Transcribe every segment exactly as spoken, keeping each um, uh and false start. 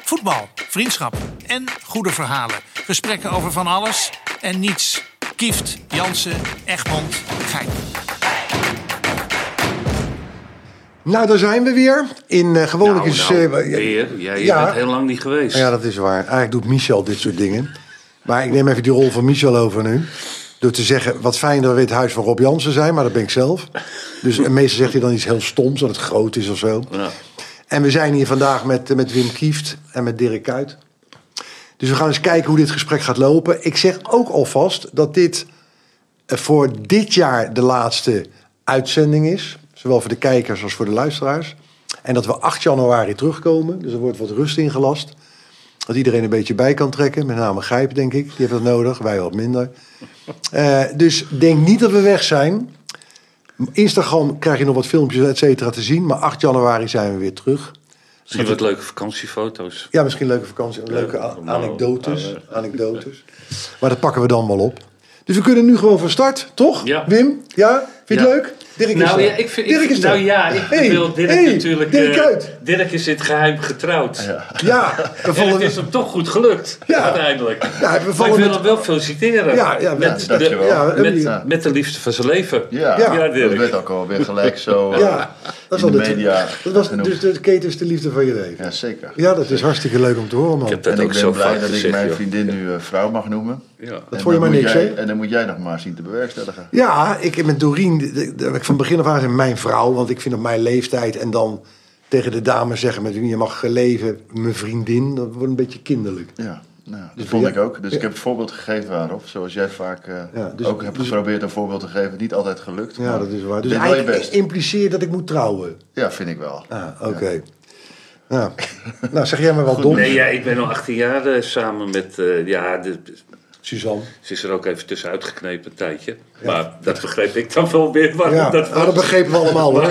Voetbal, vriendschap en goede verhalen. Gesprekken over van alles en niets. Kieft, Jansen, Egmond, Gein. Nou, daar zijn we weer. In uh, gewoonlijk nou, is... Nou, Uh, weer. Ja, je ja. bent heel lang niet geweest. Ja, dat is waar. Eigenlijk doet Michel dit soort dingen. Maar ik neem even die rol van Michel over nu. Door te zeggen, wat fijn dat we het huis van Rob Jansen zijn, maar dat ben ik zelf. Dus meestal zegt hij dan iets heel stoms, dat het groot is of zo. Ja. En we zijn hier vandaag met, met Wim Kieft en met Dirk Kuyt. Dus we gaan eens kijken hoe dit gesprek gaat lopen. Ik zeg ook alvast dat dit voor dit jaar de laatste uitzending is. Zowel voor de kijkers als voor de luisteraars. En dat we acht januari terugkomen. Dus er wordt wat rust ingelast. Dat iedereen een beetje bij kan trekken. Met name Gijp, denk ik. Die heeft dat nodig. Wij wat minder. Uh, dus denk niet dat we weg zijn. Instagram krijg je nog wat filmpjes, et cetera, te zien. Maar acht januari zijn we weer terug. Zie je wat leuke vakantiefoto's? Ja, misschien leuke vakantie. Leuke a- anekdotes. anekdotes. Maar dat pakken we dan wel op. Dus we kunnen nu gewoon van start, toch? Ja. Wim? Ja? Vind je het Ja. leuk? Dirk is Nou er. ja, ik vind, Dirk ik, is er. nou ja, ik Hey, wil Dirk hey, natuurlijk... Dirk uh, Kuyt. Dirk is in het geheim getrouwd. Ja. Ja, we En vallen... het is hem toch goed gelukt, Ja. uiteindelijk. Ja, we Maar ik vallen wil met... hem wel feliciteren. Ja, ja, met, ja, de, dankjewel. Ja, met, ja. met de liefde van zijn leven. Ja, Ja. Ja, dat Dirk. werd ook alweer gelijk zo uh, Ja, dat is in wel de de media Dat was genoemd. dus de keten is de liefde van je leven. Ja, zeker. Ja, dat is hartstikke leuk om te horen, man. Ik heb dat En ook ik zo ben blij vaak dat ik gezegd, mijn joh. vriendin nu uh, vrouw mag noemen. Ja. Dat En vond je dan maar moet niks, jij- hè? En dan moet jij nog maar zien te bewerkstelligen. Ja, ik met Doreen, de- de- de- heb ik van begin af aan zijn mijn vrouw. Want ik vind op mijn leeftijd en dan tegen de dames zeggen met wie je mag leven, mijn vriendin, dat wordt een beetje kinderlijk. Ja, nou, dat Dus vond voor ik jou- ook. Dus ja. ik heb het voorbeeld gegeven waarop. Zoals jij vaak uh, Ja, dus- ook hebt dus- geprobeerd een voorbeeld te geven. Niet altijd gelukt. Ja, maar dat is waar. Dus je deed wel je eigenlijk best. impliceert dat ik moet trouwen. Ja, vind ik wel. Ah, oké. Ja. Nou, zeg jij maar wat dom. Nee, ja, ik ben al achttien jaar uh, samen met... Uh, ja, de, Suzanne. ze is er ook even tussenuit geknepen een tijdje. Maar dat begreep ik dan wel weer waarom Ja, dat dat, was. dat begrepen we allemaal, hoor.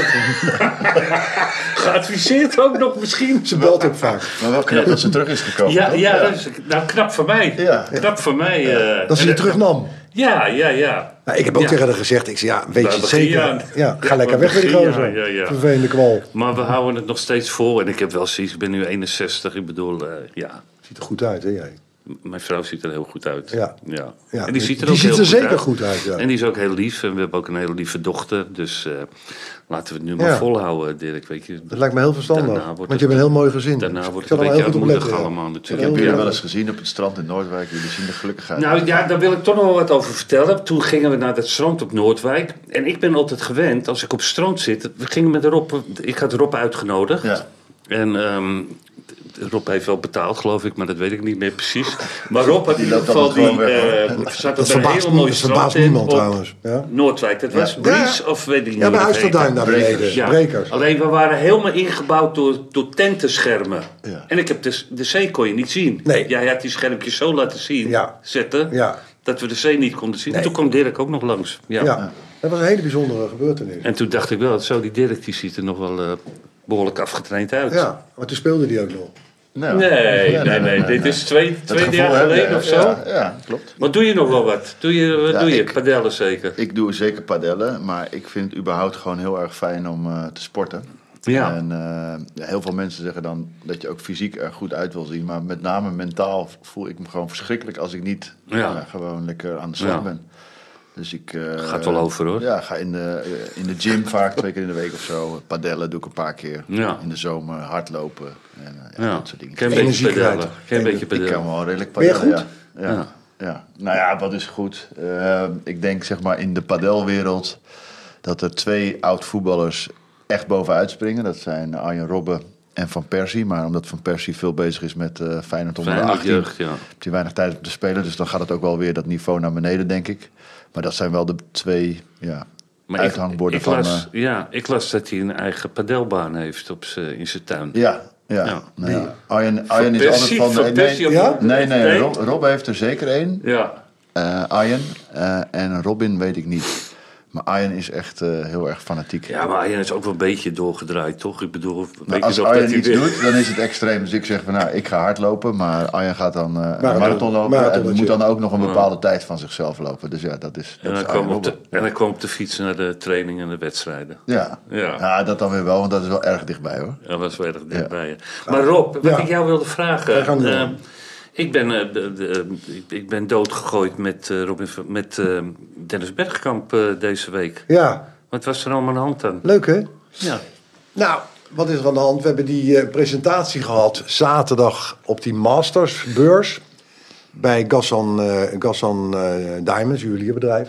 Geadviseerd ook nog misschien. Ze belt ook vaak. Maar wel knap dat ze terug is gekomen. Ja, toch? ja, dat is, nou knap voor mij. Ja. Knap voor mij. eh, Dat ze en- je terugnam. Ja, ja, ja. Nou, ik heb ook Ja. tegen haar gezegd, ik zei, ja, weet je Daar het begin je zeker? aan. Ja, ga Ja, lekker daar weg met die begin je gozer. aan, ja, ja. Vervelende kwal. Maar we houden het nog steeds vol. En ik heb wel zoiets, ik ben nu eenenzestig. Ik bedoel, uh, ja, Ziet er goed uit, hè, jij? mijn vrouw ziet er heel goed uit. Ja. ja. Ja, En die ziet er die ook ziet heel er goed zeker uit. goed uit, ja. En die is ook heel lief. En we hebben ook een hele lieve dochter. Dus uh, laten we het nu maar Ja. volhouden, Dirk. Weet je. Dat lijkt me heel verstandig. Daarna wordt Want het- je bent een heel mooi gezin. Daarna Ik wordt zal het er een heel beetje goed op armoedig letten, ja. allemaal Ik natuurlijk. heb jullie Ja. wel eens gezien op het strand in Noordwijk. Jullie zien er gelukkig uit. Nou ja, daar wil ik toch nog wel wat over vertellen. Toen gingen we naar het strand op Noordwijk. En ik ben altijd gewend, als ik op het strand zit... We gingen met Rob... Ik had Rob uitgenodigd. Ja. En ehm, Rob heeft wel betaald, geloof ik, maar dat weet ik niet meer precies. Maar Rob had in Die ieder loopt geval altijd die... gewoon weg, eh, zat Dat op een verbaast, hele nie- mooie dat verbaast strandtent niemand op trouwens. Ja, Noordwijk. Dat was Ja. Breeze of weet ik niet ja hoe bij dat Huisterduin heette. daar beneden. Ja. Brekers. Alleen we waren helemaal ingebouwd door, door tentenschermen. Ja. En ik heb de, de zee kon je niet zien. Nee. Jij had die schermpjes zo laten zien, Ja. zetten, Ja. dat we de zee niet konden zien. Nee. En toen kwam Dirk ook nog langs. Ja. Ja. Dat was een hele bijzondere gebeurtenis. En toen dacht ik wel, zo die Dirk die ziet er nog wel uh, behoorlijk afgetraind uit. Ja, maar toen speelde die ook nog. Nou, Nee, nee, nee, Dit is twee, Dat twee gevoel jaar heb je, geleden hè? of zo. Ja, ja, klopt. Maar doe je nog wel wat? Doe je, wat Ja, doe je? ik- Padellen zeker? Ik doe zeker padellen, maar ik vind het überhaupt gewoon heel erg fijn om uh, te sporten. Ja. En uh, ja, heel veel mensen zeggen dan dat je ook fysiek er goed uit wil zien. Maar met name mentaal voel ik me gewoon verschrikkelijk als ik niet Ja. uh, gewoon lekker aan de slag Ja. ben. Dus ik... Uh, Gaat wel over, hoor. Ja, ga in de, uh, in de gym vaak twee keer in de week of zo. Padellen doe ik een paar keer. Ja. In de zomer hardlopen en uh, ja, Ja. dat soort dingen. Ken een beetje Energie padellen. kwijt. Ken een beetje Ik kan padellen. wel redelijk Ben je padellen, goed? Ja. Ja. Ja. Ja. Nou ja, wat is goed? Uh, ik denk zeg maar in de padelwereld dat er twee oud-voetballers echt bovenuit springen. Dat zijn Arjen Robben en Van Persie. Maar omdat Van Persie veel bezig is met uh, Feyenoord onder de Feyenoord achttien... jeugd, ja. heeft hij weinig tijd om te spelen. Dus dan gaat het ook wel weer dat niveau naar beneden, denk ik. Maar dat zijn wel de twee ja, Maar uithangborden ik, ik van... las, uh, ja, ik las dat hij een eigen padelbaan heeft op z'n- in zijn tuin. ja, ja. Ja. Nou ja. Arjen, Arjen is Persie- altijd van... Van nee, Persie nee, op- nee, nee, nee? Rob, Rob heeft er zeker één. Ja. Uh, Arjen uh, en Robin weet ik niet. Maar Arjen is echt uh, heel erg fanatiek. Ja, maar Arjen is ook wel een beetje doorgedraaid, toch? Ik bedoel, nou, als Arjen iets weer... doet, dan is het extreem. Dus ik zeg van, nou, ik ga hardlopen. Maar Arjen gaat dan uh, marathon, marathon lopen. En moet dan ook nog een bepaalde ja. tijd van zichzelf lopen. Dus ja, dat is, dat en, is dan kwam op de, en dan kwam op de fiets naar de training en de wedstrijden. Ja. Ja. ja, dat dan weer wel, want dat is wel erg dichtbij, hoor. Ja, dat is wel erg dichtbij. Ja. Maar Rob, wat ja. ik jou wilde vragen... Uh, ik ben, uh, de, de, uh, ik ben doodgegooid met, uh, Robin, met uh, Dennis Bergkamp uh, deze week. Ja. Wat was er allemaal aan de hand dan? Leuk, hè? Ja. Nou, wat is er aan de hand? We hebben die uh, presentatie gehad zaterdag op die Mastersbeurs bij Gassan, uh, Gassan uh, Diamonds, juwelierbedrijf.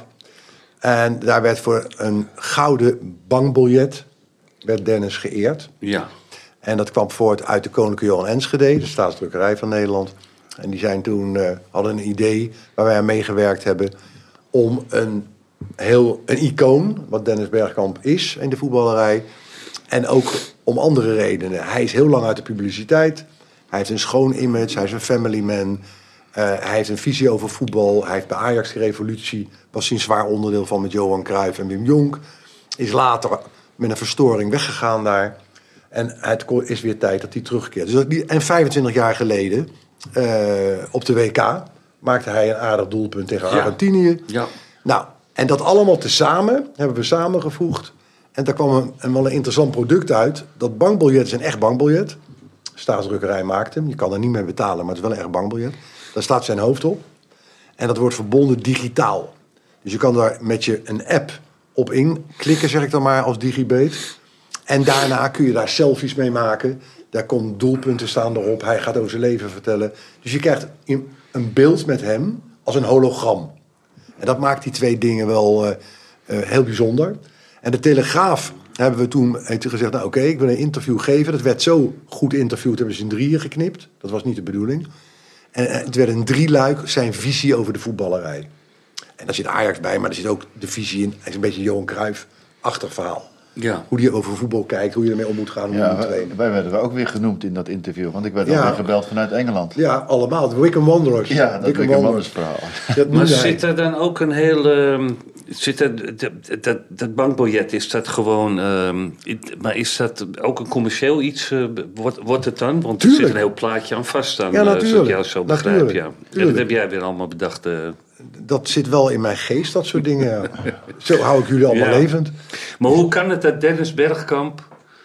En daar werd voor een gouden bankbiljet werd Dennis geëerd. Ja. En dat kwam voort uit de Koninklijke Johan Enschede, de staatsdrukkerij van Nederland. En die zijn toen, uh, hadden een idee waar wij aan meegewerkt hebben om een heel een icoon, wat Dennis Bergkamp is in de voetballerij. En ook om andere redenen. Hij is heel lang uit de publiciteit. Hij heeft een schoon image, hij is een family man. Uh, hij heeft een visie over voetbal. Hij heeft bij Ajax de revolutie, was een zwaar onderdeel van met Johan Cruijff en Wim Jonk. Is later met een verstoring weggegaan daar. En het is weer tijd dat hij terugkeert. Dus dat, en vijfentwintig jaar geleden, uh, op de W K, maakte hij een aardig doelpunt tegen ja. Argentinië. Ja. Nou, en dat allemaal tezamen hebben we samengevoegd. En daar kwam een, een, wel een interessant product uit. Dat bankbiljet is een echt bankbiljet. Staatsdrukkerij maakt hem. Je kan er niet mee betalen, maar het is wel een echt bankbiljet. Daar staat zijn hoofd op. En dat wordt verbonden digitaal. Dus je kan daar met je een app op inklikken, zeg ik dan maar, als digibet. En daarna kun je daar selfies mee maken. Daar komen doelpunten staan erop. Hij gaat over zijn leven vertellen. Dus je krijgt een beeld met hem als een hologram. En dat maakt die twee dingen wel uh, uh, heel bijzonder. En de Telegraaf hebben we toen heeft gezegd... nou oké, okay, ik wil een interview geven. Dat werd zo goed interviewd, hebben ze in drieën geknipt. Dat was niet de bedoeling. En uh, het werd een drieluik, zijn visie over de voetballerij. En daar zit Ajax bij, maar er zit ook de visie in. Hij is een beetje een Johan Cruijff-achtig verhaal. Ja. Hoe die over voetbal kijkt, hoe je ermee om moet gaan. Hoe ja, je moet trainen. Wij werden ook weer genoemd in dat interview. Want ik werd ja. ook weer gebeld vanuit Engeland. Ja, allemaal. De Wickham Wanderers. Ja, dat Wickham Wickham Wanderers verhaal. Dat maar zit er dan ook een heel... Uh, zit er, dat, dat, dat bankbiljet, is dat gewoon... Uh, maar is dat ook een commercieel iets? Uh, wordt, wordt het dan? Want tuurlijk. Er zit een heel plaatje aan vast dan. Ja, natuurlijk. Uh, zoals ik jou zo begrijp. Natuurlijk. Ja. En dat heb jij weer allemaal bedacht... Uh, Dat zit wel in mijn geest, dat soort dingen. Zo hou ik jullie allemaal ja. levend. Maar hoe kan het dat Dennis Bergkamp...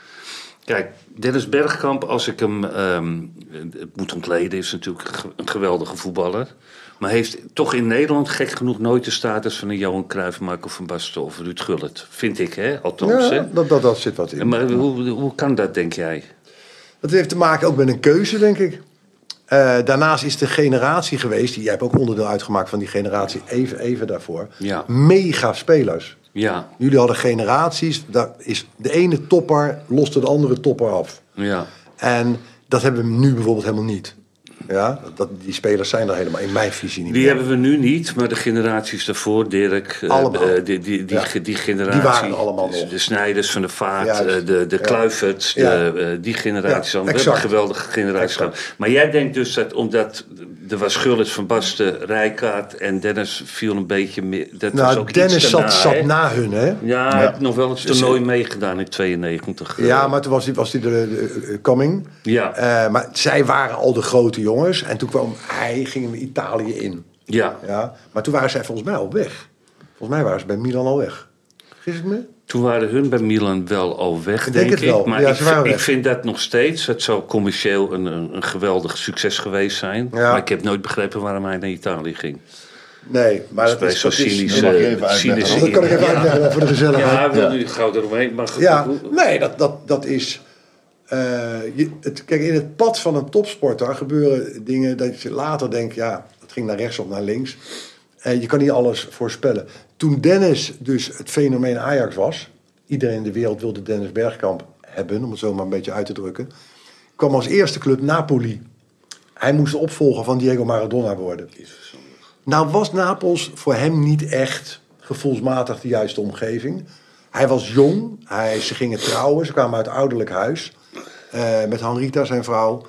Kijk, Dennis Bergkamp, als ik hem um, moet ontleden... is natuurlijk een geweldige voetballer. Maar heeft toch in Nederland gek genoeg nooit de status... van een Johan Cruijff, Marco van Basten of Ruud Gullit. Vind ik, hè? Althans, ja, hè? Dat, dat, dat zit wat in. Maar hoe, hoe kan dat, denk jij? Dat heeft te maken ook met een keuze, denk ik. Uh, daarnaast is de generatie geweest... jij hebt ook onderdeel uitgemaakt van die generatie... even, even daarvoor. Ja. Mega spelers. Ja. Jullie hadden generaties... Daar is de ene topper loste de andere topper af. Ja. En dat hebben we nu bijvoorbeeld helemaal niet. Ja, dat, die spelers zijn er helemaal in mijn visie niet Die meer. hebben we nu niet, maar de generaties daarvoor, Dirk... Allemaal. Uh, die, die, die, ja. die generatie... Die waren allemaal nog. De Snijders van de Vaart, Juist. uh, de, de ja. Kluiverts, Ja. de, uh, die generaties. Ja, we hebben een geweldige generatie gehad. Maar jij denkt dus dat omdat... Er was Gullit, Van Basten, Rijkaard en Dennis viel een beetje meer... Dat nou, was ook Dennis iets zat, daarna, zat hè? na hun, hè? Ja, hij heeft nog wel het Dus, toernooi meegedaan in tweeënnegentig. Ja, maar toen was hij was die de, de, de coming. Ja. Uh, maar zij waren al de grote jongens. En toen kwam hij, ging Italië in. Ja. Ja. Maar toen waren zij volgens mij al weg. Volgens mij waren ze bij Milan al weg. Vergis ik me? Toen waren hun bij Milan wel al weg, Ik denk, denk het wel. ik. Maar Ja, ik, ze waren ik weg. vind dat nog steeds. Het zou commercieel een, een, een geweldig succes geweest zijn. Ja. Maar ik heb nooit begrepen waarom hij naar Italië ging. Nee, maar dat Bij is... zo'n Dat, is, cynische... dat mag je even uitleggen. cynische- dat kan ik even uitleggen voor de gezelligheid. Ja, hij wil Ja. nu gauw eromheen. Maar goed, Ja, hoe- nee, dat, dat, dat is... Uh, je, het, kijk, in het pad van een topsporter gebeuren dingen dat je later denkt... ja, het ging naar rechts of naar links. Uh, je kan niet alles voorspellen. Toen Dennis dus het fenomeen Ajax was... iedereen in de wereld wilde Dennis Bergkamp hebben... om het zo maar een beetje uit te drukken... kwam als eerste club Napoli. Hij moest de opvolger van Diego Maradona worden. Nou was Napels voor hem niet echt gevoelsmatig de juiste omgeving. Hij was jong, hij, ze gingen trouwen, ze kwamen uit ouderlijk huis... Uh, met Henrita, zijn vrouw.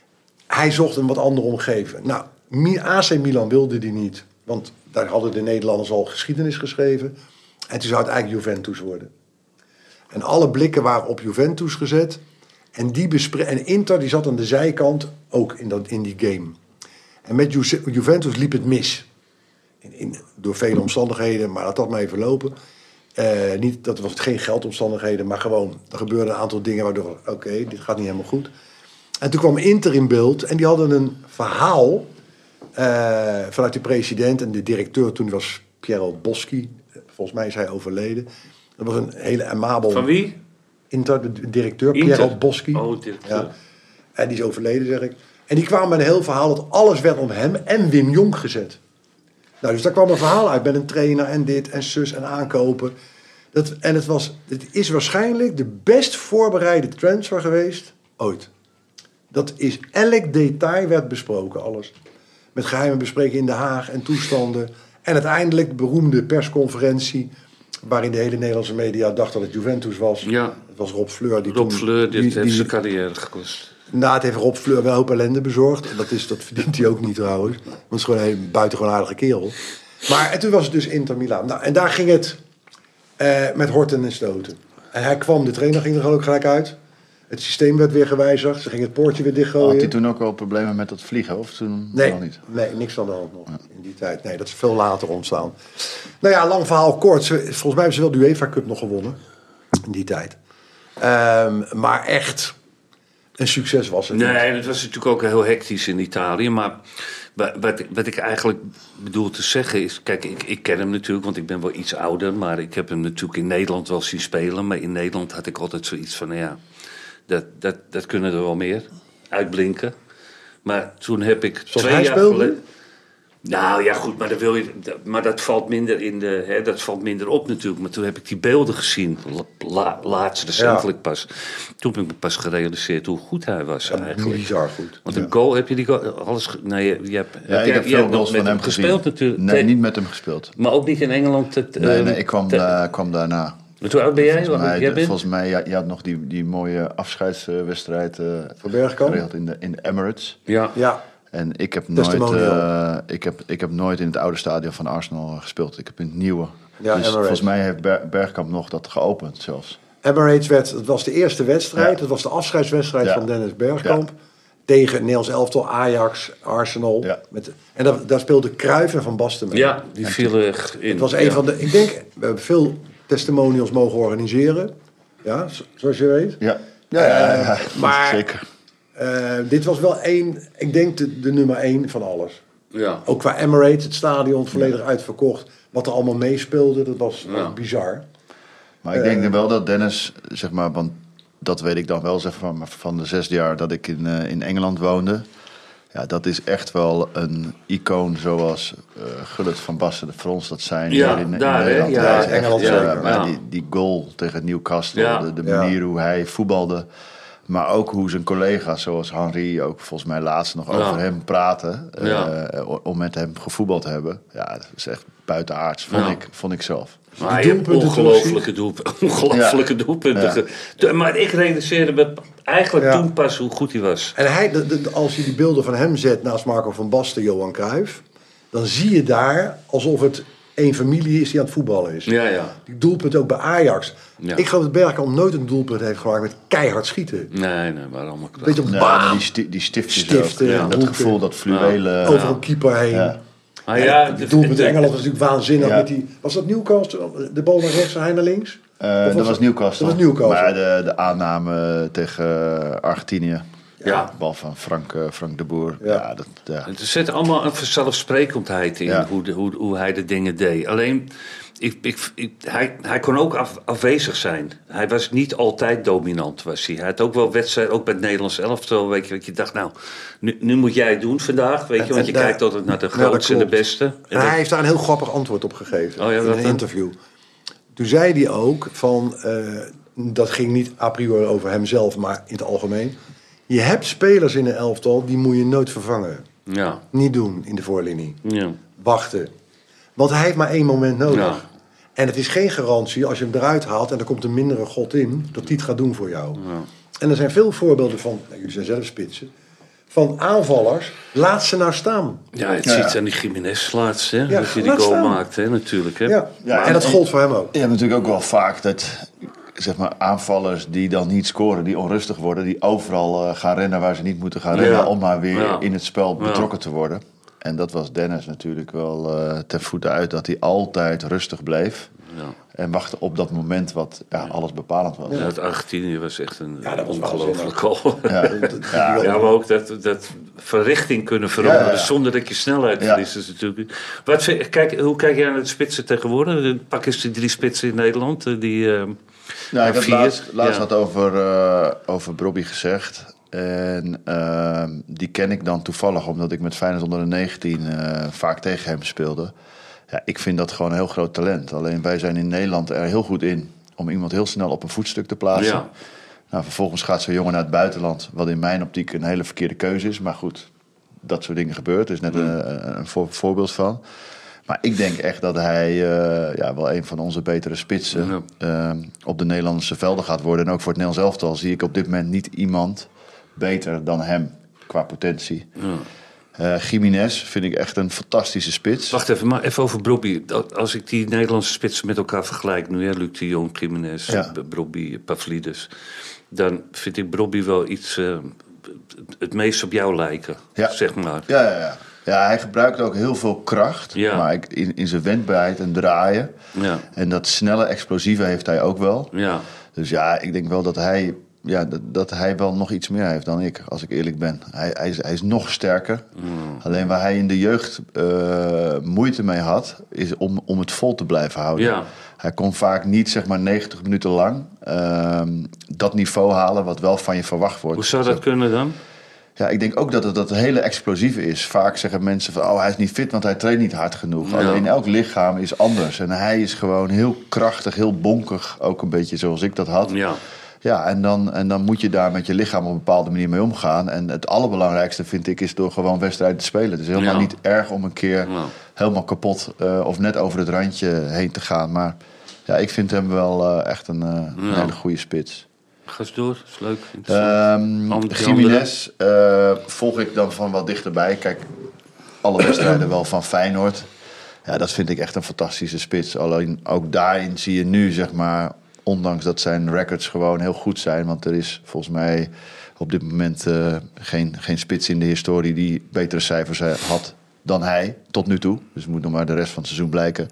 Hij zocht een wat andere omgeving. Nou, A C Milan wilde die niet. Want daar hadden de Nederlanders al geschiedenis geschreven. En toen zou het eigenlijk Juventus worden. En alle blikken waren op Juventus gezet. En, die bespre- en Inter die zat aan de zijkant ook in, dat, in die game. En met Ju- Juventus liep het mis. In, in, door vele omstandigheden, maar laat dat maar even lopen. Uh, niet, dat was geen geldomstandigheden, maar gewoon... er gebeurden een aantal dingen waardoor... oké, okay, dit gaat niet helemaal goed. En toen kwam Inter in beeld en die hadden een verhaal... Uh, vanuit de president en de directeur, toen was Piero Boschi. Volgens mij is hij overleden. Dat was een hele amabel... Van wie? Inter, de directeur, Inter. Piero Boschi. Oh, directeur. Ja. En die is overleden, zeg ik. En die kwamen met een heel verhaal dat alles werd om hem en Wim Jonk gezet. Nou, dus daar kwam een verhaal uit met een trainer en dit en zus en aankopen. Dat, en het, was, het is waarschijnlijk de best voorbereide transfer geweest ooit. Dat is, elk detail werd besproken, alles. Met geheime besprekingen in Den Haag en toestanden. En uiteindelijk de beroemde persconferentie... waarin de hele Nederlandse media dacht dat het Juventus was. Ja. Het was Rob Fleur. Die Rob toen, Fleur, dit die, heeft die, zijn carrière gekost. Nou, het heeft Rob Fleur wel een hoop ellende bezorgd. En dat, is, dat verdient hij ook niet trouwens. Want het is gewoon een hele buitengewoon aardige kerel. Maar en toen was het dus Inter Milaan. Nou, en daar ging het uh, met horten en stoten. En hij kwam, de trainer ging er ook gelijk uit. Het systeem werd weer gewijzigd. Ze gingen het poortje weer dichtgooien. Had hij toen ook al problemen met dat vliegen? Of toen nee, nog niet? Nee, niks aan de hand nog in die tijd. Nee, dat is veel later ontstaan. Nou ja, lang verhaal kort. Ze, volgens mij hebben ze wel de UEFA Cup nog gewonnen. In die tijd. Um, maar echt een succes was het. Nee, dat was natuurlijk ook heel hectisch in Italië. Maar wat, wat ik eigenlijk bedoel te zeggen is... Kijk, ik, ik ken hem natuurlijk, want ik ben wel iets ouder. Maar ik heb hem natuurlijk in Nederland wel zien spelen. Maar in Nederland had ik altijd zoiets van... Nou ja, dat, dat, dat kunnen er wel meer uitblinken. Maar toen heb ik Zoals twee hij jaar speelde? geleden... Nou ja, goed, maar, dat wil je, maar dat valt minder in de, hè, dat valt minder op natuurlijk. Maar toen heb ik die beelden gezien, la, laatst recentelijk Ja. pas. Toen heb ik me pas gerealiseerd hoe goed hij was Ja, eigenlijk. bizar goed. Want een goal, heb je die goal, alles... ge- Nee, je, je hebt, Ja, heb ik jij- heb jij veel hebt nog goals met van hem gezien. gespeeld natuurlijk. Nee, Te- niet met hem gespeeld. Maar ook niet in Engeland. Het, Nee, eh, nee ik kwam, te- da- kwam daarna. Hoe oud ben jij? Volgens mij, jij bent? volgens mij ja, je had nog die, die mooie afscheidswedstrijd uh, Van Bergkamp? geregeld in de, in de Emirates. Ja. Ja, En ik heb, nooit, Testimonial. uh, ik, heb, ik heb nooit in het oude stadion van Arsenal gespeeld. Ik heb in het nieuwe. Ja, dus Emirates. volgens mij heeft Ber- Bergkamp nog dat geopend zelfs. Emirates werd, het was de eerste wedstrijd. Ja. Het was de afscheidswedstrijd Ja. van Dennis Bergkamp. Tegen het Nederlands elftal, Ajax, Arsenal. Ja. Met, en daar, daar speelde Cruijff en Van Basten mee. Ja, die vielen echt in. Het was een ja. van de... Ik denk, we hebben veel testimonials mogen organiseren. Ja, zo- zoals je weet. Ja, ja, ja, ja, ja. maar- zeker. Uh, dit was wel één, ik denk de, de nummer één van alles. Ja. Ook qua Emirates, het stadion volledig uitverkocht. Wat er allemaal meespeelde, dat was, Ja. was bizar. Maar ik denk wel dat Dennis, zeg maar, want dat weet ik dan wel zeg, van, van de zes jaar dat ik in, uh, in Engeland woonde. Ja, dat is echt wel een icoon zoals uh, Gullit, Van Basten, de Frans, dat zijn Ja, hier in, in daar, hè? Nederland. Ja, Dat is in Engeland echt, zeker. ja, maar Ja. die, die goal tegen Newcastle, Ja. de, de Ja. manier hoe hij voetbalde. Maar ook hoe zijn collega's, zoals Henry, ook volgens mij laatst nog Ja. over hem praten. Uh, Ja. om met hem gevoetbald te hebben. Ja, dat is echt buitenaards, vond, Ja. ik, vond ik zelf. Maar hij heeft doelpunten ongelofelijke doelpunten. Ongelofelijke doelpunten. Ja. ge- Te- Maar ik realiseerde me eigenlijk Ja. toen pas hoe goed hij was. En hij, de, de- als je die beelden van hem zet naast Marco van Basten, Johan Cruijff, dan zie je daar alsof het één familie is die aan het voetballen is. Ja, ja. Die doelpunt ook bij Ajax. Ja. Ik geloof dat Bergkamp nooit een doelpunt heeft gemaakt met keihard schieten. Nee, nee, maar allemaal kracht. Weet je, op Ja, bam, maar die, sti die stiftjes Stiften, ook. ja, Dat hoeken. gevoel, dat fluwelen. over een keeper heen. Ja. Maar Ja, ja, de doelpunt in Engeland was natuurlijk waanzinnig. Ja. Met die, was dat Newcastle? De bal naar rechts en hij naar links? Uh, Of dat was het- Newcastle. Dat was Newcastle. Maar de, de aanname tegen uh, Argentinië. Ja. De bal van Frank, uh, Frank de Boer. Ja. Ja. dat, ja. er zit allemaal een vanzelfsprekendheid in Ja. hoe, de, hoe, hoe hij de dingen deed. Alleen, ik, ik, ik, hij, hij kon ook af, afwezig zijn. Hij was niet altijd dominant, was hij. Hij had ook wel wedstrijden, ook bij het Nederlands elftal, weet je, dat je dacht, nou, nu, nu moet jij het doen vandaag, weet je, want je En- en kijkt altijd naar de Ja, dat grootste en de klopt. beste. En En dat- hij heeft daar een heel grappig antwoord op gegeven. Oh ja, in wat een dan? interview. Toen zei hij ook van... eh, dat ging niet a priori over hemzelf, maar in het algemeen. Je hebt spelers in een elftal, die moet je nooit vervangen. ja, Niet doen in de voorlinie. ja. Wachten. Want hij heeft maar één moment nodig. Ja. En het is geen garantie als je hem eruit haalt en er komt een mindere god in, dat hij het gaat doen voor jou. Ja. En er zijn veel voorbeelden van, nou, jullie zijn zelf spitsen, van aanvallers, laat ze nou staan. Ja, het Ja. ziet aan die Jiménez laatst, hè? Ja, dat hij die laat goal staan. maakt, hè, natuurlijk. Hè? Ja. Ja, en dat gold voor hem ook. Je hebt natuurlijk ook wel vaak dat zeg maar, aanvallers die dan niet scoren, die onrustig worden, die overal uh, gaan rennen waar ze niet moeten gaan rennen, Ja. om maar weer Ja. in het spel Ja. betrokken te worden. En dat was Dennis natuurlijk wel uh, ten voeten uit, dat hij altijd rustig bleef. Ja. En wachtte op dat moment wat ja, alles bepalend was. Ja, het Argentinië was echt een Ja, dat was ongelooflijk goal. Ja. Ja, Ja. maar ook dat, dat van richting kunnen veranderen Ja, ja. zonder dat je snelheid Ja. verliest. Is natuurlijk. Wat, vind- kijk, hoe kijk jij naar de spitsen tegenwoordig? Pak eens die drie spitsen in Nederland. eh, Die, uh, Nou, ik had vier. laatst, laatst Ja. had over, uh, over Brobby gezegd. En uh, die ken ik dan toevallig omdat ik met Feyenoord onder de negentien uh, vaak tegen hem speelde. Ja, ik vind dat gewoon een heel groot talent. Alleen wij zijn in Nederland er heel goed in om iemand heel snel op een voetstuk te plaatsen. Ja. Nou, vervolgens gaat zo'n jongen naar het buitenland, wat in mijn optiek een hele verkeerde keuze is. Maar goed, dat soort dingen gebeurt. Er is net een, een voor, voorbeeld van. Maar ik denk echt dat hij uh, ja, wel een van onze betere spitsen uh, op de Nederlandse velden gaat worden. En ook voor het Nederlands elftal zie ik op dit moment niet iemand beter dan hem qua potentie. Ja. Uh, Jiménez vind ik echt een fantastische spits. Wacht even, maar even over Brobby. Als ik die Nederlandse spitsen met elkaar vergelijk nu, hè, Luc de Jong, Jiménez, Ja. Brobby, Pavlidis, dan vind ik Brobby wel iets uh, het meest op jou lijken, Ja. zeg maar. Ja, ja, ja. Ja, hij gebruikt ook heel veel kracht. Ja. Maar ik- in, in zijn wendbaarheid en draaien. Ja, En dat snelle, explosieve heeft hij ook wel. ja, Dus ja, ik denk wel dat hij, ja, dat, dat hij wel nog iets meer heeft dan ik, als ik eerlijk ben. Hij, hij, is, hij is nog sterker. Mm. Alleen waar hij in de jeugd uh, moeite mee had, is om, om het vol te blijven houden. Ja. Hij kon vaak niet, zeg maar, negentig minuten lang uh, dat niveau halen wat wel van je verwacht wordt. Hoe zou dat kunnen dan? Ja, ik denk ook dat het dat het hele explosieve is. Vaak zeggen mensen van, oh, hij is niet fit, want hij traint niet hard genoeg. Ja. Alleen elk lichaam is anders. En hij is gewoon heel krachtig, heel bonkig. Ook een beetje zoals ik dat had. Ja, Ja, en dan, en dan moet je daar met je lichaam op een bepaalde manier mee omgaan. En het allerbelangrijkste vind ik is door gewoon wedstrijden te spelen. Het is helemaal Ja. niet erg om een keer Ja. helemaal kapot uh, of net over het randje heen te gaan. Maar ja, ik vind hem wel uh, echt een, uh, een Ja. hele goede spits. ga eens door, is leuk. interessant. Um, Andere- Jiménez uh, volg ik dan van wat dichterbij. Kijk, alle wedstrijden wel van Feyenoord. Ja, dat vind ik echt een fantastische spits. Alleen ook daarin zie je nu, zeg maar, ondanks dat zijn records gewoon heel goed zijn. Want er is volgens mij op dit moment uh, geen, geen spits in de historie die betere cijfers had dan hij tot nu toe. Dus het moet nog maar de rest van het seizoen blijken.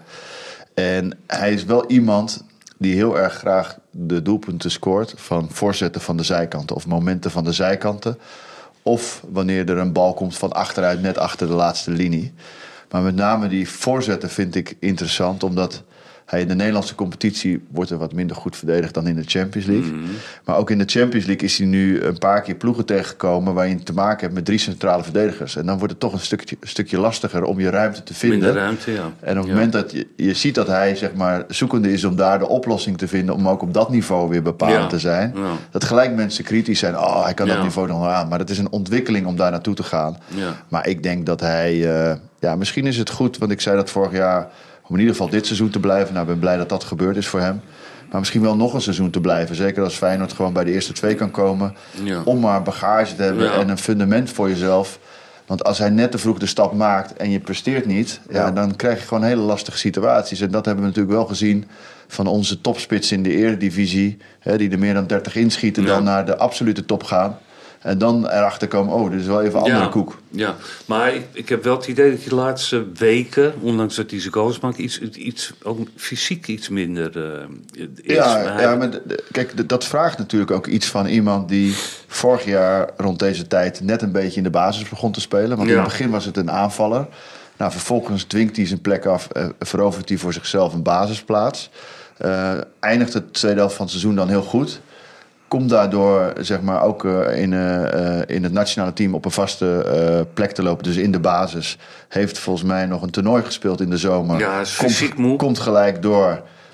En hij is wel iemand die heel erg graag de doelpunten scoort van voorzetten van de zijkanten of momenten van de zijkanten. Of wanneer er een bal komt van achteruit, net achter de laatste linie. Maar met name die voorzetten vind ik interessant, omdat hij in de Nederlandse competitie wordt er wat minder goed verdedigd dan in de Champions League. Mhm. Maar ook in de Champions League is hij nu een paar keer ploegen tegengekomen waar je te maken hebt met drie centrale verdedigers. En dan wordt het toch een stukje, een stukje lastiger om je ruimte te vinden. Minder ruimte, ja. En op het Ja. moment dat je, je ziet dat hij, zeg maar, zoekende is om daar de oplossing te vinden, om ook op dat niveau weer bepalend Ja. te zijn. Ja. Dat gelijk mensen kritisch zijn. Oh, hij kan Ja. dat niveau nog wel aan. Maar het is een ontwikkeling om daar naartoe te gaan. Ja. Maar ik denk dat hij, uh, ja, misschien is het goed, want ik zei dat vorig jaar, om in ieder geval dit seizoen te blijven. Nou, ik ben blij dat dat gebeurd is voor hem. Maar misschien wel nog een seizoen te blijven. Zeker als Feyenoord gewoon bij de eerste twee kan komen. Ja. Om maar bagage te hebben Ja. en een fundament voor jezelf. Want als hij net te vroeg de stap maakt en je presteert niet, ja. Ja. dan krijg je gewoon hele lastige situaties. En dat hebben we natuurlijk wel gezien van onze topspits in de Eredivisie. Hè, die er meer dan dertig inschieten, Ja. dan naar de absolute top gaan. En dan erachter komen, oh, dit is wel even een andere ja, koek. Ja, maar ik, ik heb wel het idee dat hij de laatste weken, ondanks dat hij zijn goals maakt, iets, iets, ook fysiek iets minder uh, is. Ja, Maar hij- ja, maar de- de- kijk, de- dat vraagt natuurlijk ook iets van iemand die vorig jaar rond deze tijd net een beetje in de basis begon te spelen. Want Ja. in het begin was het een aanvaller. Nou, vervolgens dwingt hij zijn plek af, uh, verovert hij voor zichzelf een basisplaats. Uh, eindigt het tweede helft van het seizoen dan heel goed. Komt daardoor, zeg maar, ook uh, in, uh, in het nationale team op een vaste uh, plek te lopen. Dus in de basis. Heeft volgens mij nog een toernooi gespeeld in de zomer. Ja, is komt, fysiek moe. Komt gelijk door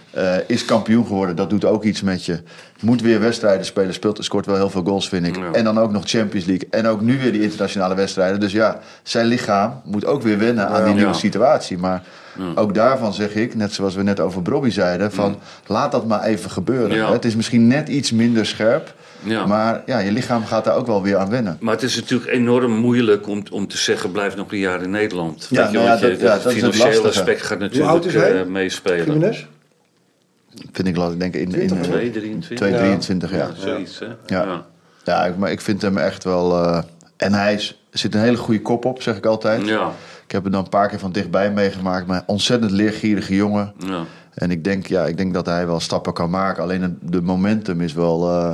Uh, is kampioen geworden, dat doet ook iets met je. Moet weer wedstrijden spelen, speelt, scoort wel heel veel goals, vind ik. Ja. En dan ook nog Champions League. En ook nu weer die internationale wedstrijden. Dus ja, zijn lichaam moet ook weer wennen aan die nieuwe Ja. situatie. Maar Ja. ook daarvan zeg ik, net zoals we net over Bobby zeiden, van Ja. laat dat maar even gebeuren. Ja. Het is misschien net iets minder scherp. Ja. Maar ja, je lichaam gaat daar ook wel weer aan wennen. Maar het is natuurlijk enorm moeilijk om, om te zeggen... blijf nog een jaar in Nederland. Ja, Weet je, nou ja, want je- dat- ja, dat is het financiële lastige. aspect gaat oud natuurlijk is hij? uh, meespelen. Jiménez? Vind ik lastig. Ik denk in, in, twintig, in twee drieëntwintig. twee drieëntwintig, ja. Ja, zoiets, hè? Ja. Ja. Ja, ik- maar ik vind hem echt wel... Uh, en hij is, er zit een hele goede kop op, zeg ik altijd. Ja. Ik heb hem dan een paar keer van dichtbij meegemaakt. Maar ontzettend leergierige jongen. Ja. En ik denk, ja, ik denk dat hij wel stappen kan maken. Alleen het- de momentum is wel... Uh,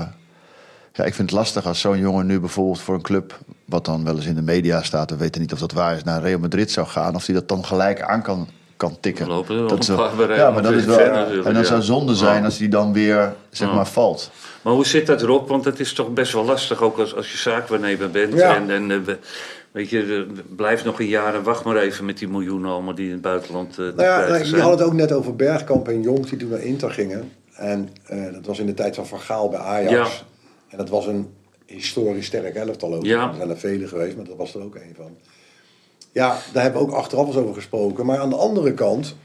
ja, ik vind het lastig als zo'n jongen nu bijvoorbeeld voor een club... wat dan wel eens in de media staat... we weten niet of dat waar is, naar Real Madrid zou gaan... of hij dat dan gelijk aan kan, kan tikken. We lopen er wel dat een is wel- paar bij Real ja, maar dat is Madrid wel... ver natuurlijk, en dat ja. zou zonde zijn Ja. als hij dan weer, zeg Ja. maar, valt. Maar hoe zit dat erop? Want het is toch best wel lastig, ook als, als je zaakwaarnemer bent. Ja. En, en eh, we- weet je, eh, blijf nog een jaar en wacht maar even met die miljoenen allemaal die in het buitenland uh, Nou ja, nou, je had het ook net over Bergkamp en Jonk die toen naar Inter gingen. En uh, dat was in de tijd van Van Gaal bij Ajax. Ja. En dat was een historisch sterk elftal ook. Ja. Er zijn er vele geweest, maar dat was er ook een van. Ja, daar hebben we ook achteraf eens over gesproken. Maar aan de andere kant,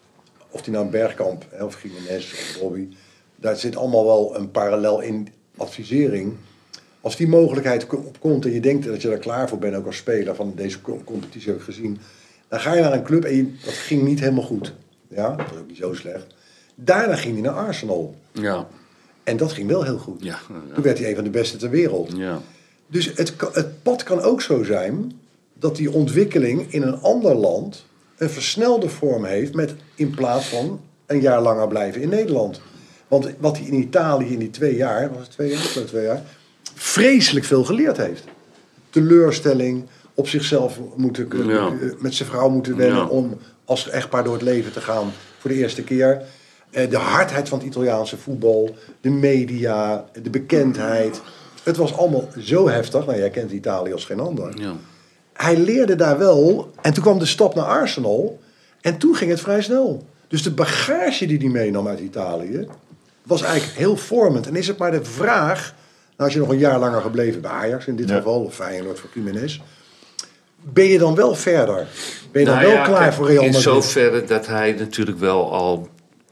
of die nou Bergkamp hè, of Jiménez of Bobby... daar zit allemaal wel een parallel in advisering. Als die mogelijkheid ko- komt en je denkt dat je er klaar voor bent, ook als speler van deze co- competitie heb ik gezien, dan ga je naar een club en je, dat ging niet helemaal goed. Ja, dat was ook niet zo slecht. Daarna ging hij naar Arsenal. Ja, En dat ging wel heel goed. ja, Toen werd hij een van de beste ter wereld. ja. Dus het, ka- het pad kan ook zo zijn dat die ontwikkeling in een ander land een versnelde vorm heeft met in plaats van een jaar langer blijven in Nederland. Want wat hij in Italië in die twee jaar, was het twee jaar, of twee jaar, vreselijk veel geleerd heeft. Teleurstelling, op zichzelf moeten, Ja. met zijn vrouw moeten wennen Ja. om als echtpaar door het leven te gaan voor de eerste keer. Eh, De hardheid van het Italiaanse voetbal, de media, de bekendheid. Het was allemaal zo heftig. Nou, jij kent Italië als geen ander. ja. Hij leerde daar wel. En toen kwam de stap naar Arsenal. En toen ging het vrij snel. Dus de bagage die hij meenam uit Italië was eigenlijk heel vormend. En is het maar de vraag, nou, als je nog een jaar langer gebleven bij Ajax in dit Ja. geval, of Feyenoord voor Jiménez, ben je dan wel verder? Ben je dan Nou wel ja, klaar kijk, voor Real in Madrid? zoverre dat hij natuurlijk wel al